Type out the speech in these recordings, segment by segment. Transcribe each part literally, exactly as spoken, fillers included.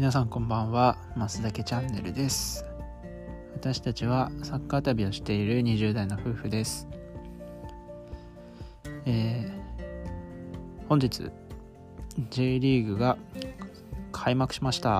皆さんこんばんは。増田家チャンネルです。私たちはサッカー旅をしているにじゅう代の夫婦です。えー、本日 J リーグが開幕しました。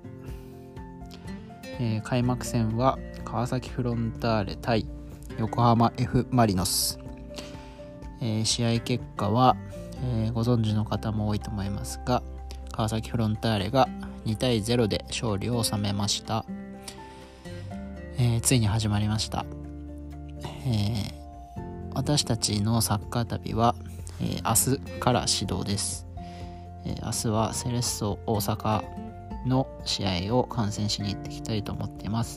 えー、開幕戦は川崎フロンターレ対横浜 F マリノス、えー、試合結果は、えー、ご存知の方も多いと思いますが、川崎フロンターレがにたいゼロで勝利を収めました。えー、ついに始まりました。えー、私たちのサッカー旅は、えー、明日から始動です。えー、明日はセレッソ大阪の試合を観戦しに行ってきたいと思っています。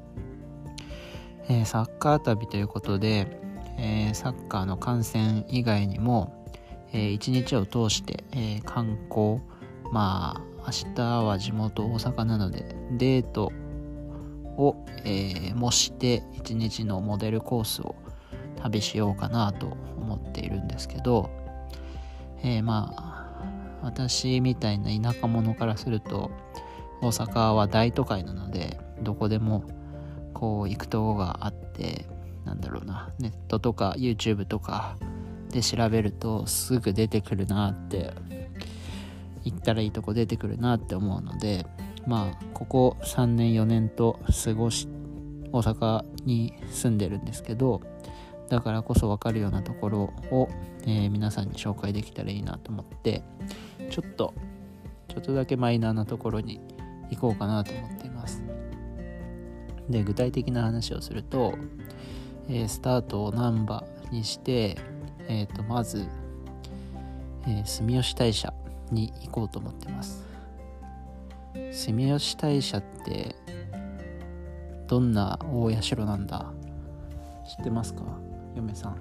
えー、サッカー旅ということで、えー、サッカーの観戦以外にも、えー、一日を通して、えー、観光、まあ明日は地元大阪なのでデートを、えー、模して一日のモデルコースを旅しようかなと思っているんですけど、えー、まあ私みたいな田舎者からすると大阪は大都会なので、どこでもこう行くとこがあって、なんだろうな、ネットとか YouTube とかで調べるとすぐ出てくるなって、行ったらいいとこ出てくるなって思うので、まあここさんねんよねんと過ごし大阪に住んでるんですけど、だからこそ分かるようなところを、えー、皆さんに紹介できたらいいなと思って、ちょっとちょっとだけマイナーなところに行こうかなと思っています。で、具体的な話をすると、えー、スタートを難波にして、えー、とまず、えー、住吉大社に行こうと思ってます。住吉大社ってどんな大社なんだ、知ってますか、嫁さん？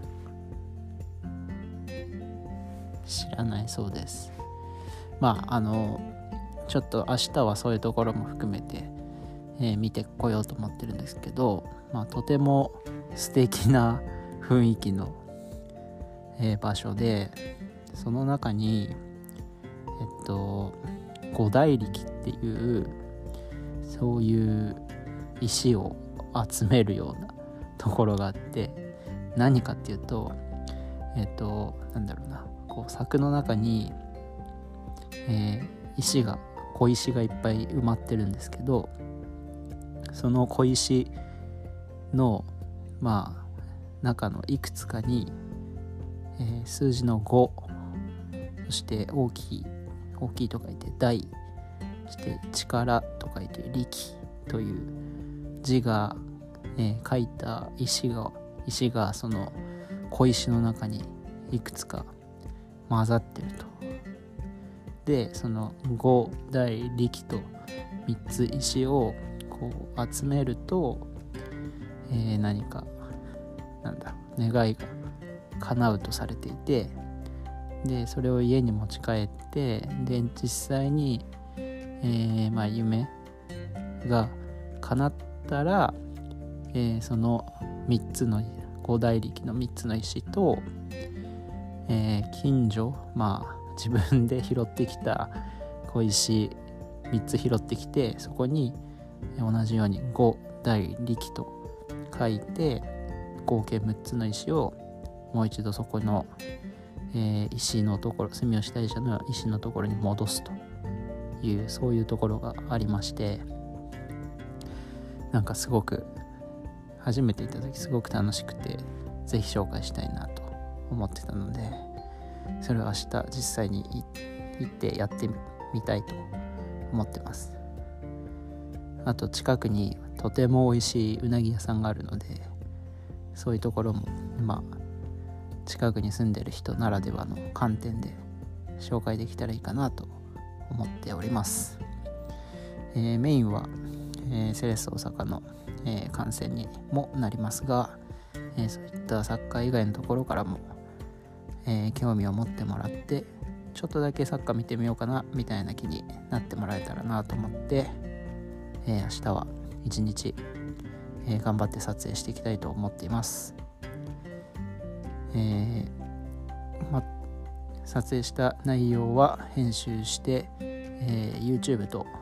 知らないそうです。まああのちょっと明日はそういうところも含めて、えー、見てこようと思ってるんですけど、まあとても素敵な雰囲気の、えー、場所で、その中にえっと五大力っていうそういう石を集めるようなところがあって、何かっていうとえっとなんだろうな、こう柵の中に、えー、石が小石がいっぱい埋まってるんですけど、その小石のまあ中のいくつかに、えー、数字のご、そして大きい大きいと書いて大、そして力と書いて力という字が、えー、書いた石が石がその小石の中にいくつか混ざってると。で、その五大力とみっつ石をこう集めると、えー、何かなんだ願いが叶うとされていて、でそれを家に持ち帰って、で実際に、えーまあ、夢が叶ったら、えー、そのみっつの五大力のみっつの石と、えー、近所、まあ自分で拾ってきた小石みっつ拾ってきて、そこに同じように五大力と書いて、合計むっつの石をもう一度そこのえー、石のところ、住吉大社の石のところに戻すという、そういうところがありまして、なんかすごく初めて行った時すごく楽しくて、ぜひ紹介したいなと思ってたので、それを明日実際に行ってやってみたいと思ってます。あと近くにとても美味しいうなぎ屋さんがあるので、そういうところもまあ近くに住んでる人ならではの観点で紹介できたらいいかなと思っております。えー、メインは、えー、セレッソ大阪の、えー、観戦にもなりますが、えー、そういったサッカー以外のところからも、えー、興味を持ってもらって、ちょっとだけサッカー見てみようかなみたいな気になってもらえたらなと思って、えー、明日は一日、えー、頑張って撮影していきたいと思っています。えーま、撮影した内容は編集して、えー、YouTube と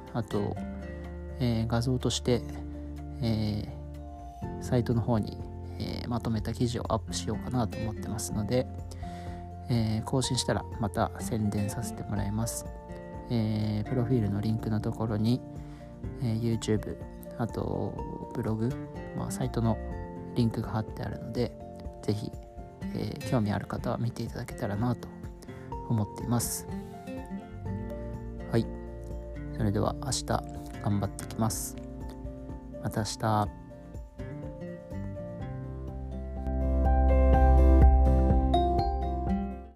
あと、えー、画像として、えー、サイトの方に、えー、まとめた記事をアップしようかなと思ってますので、えー、更新したらまた宣伝させてもらいます。えー、プロフィールのリンクのところに、えー、YouTube、あとブログ、まあ、サイトのリンクが貼ってあるので、ぜひ、えー、興味ある方は見ていただけたらなと思っています。はい、それでは明日頑張ってきます。また明日。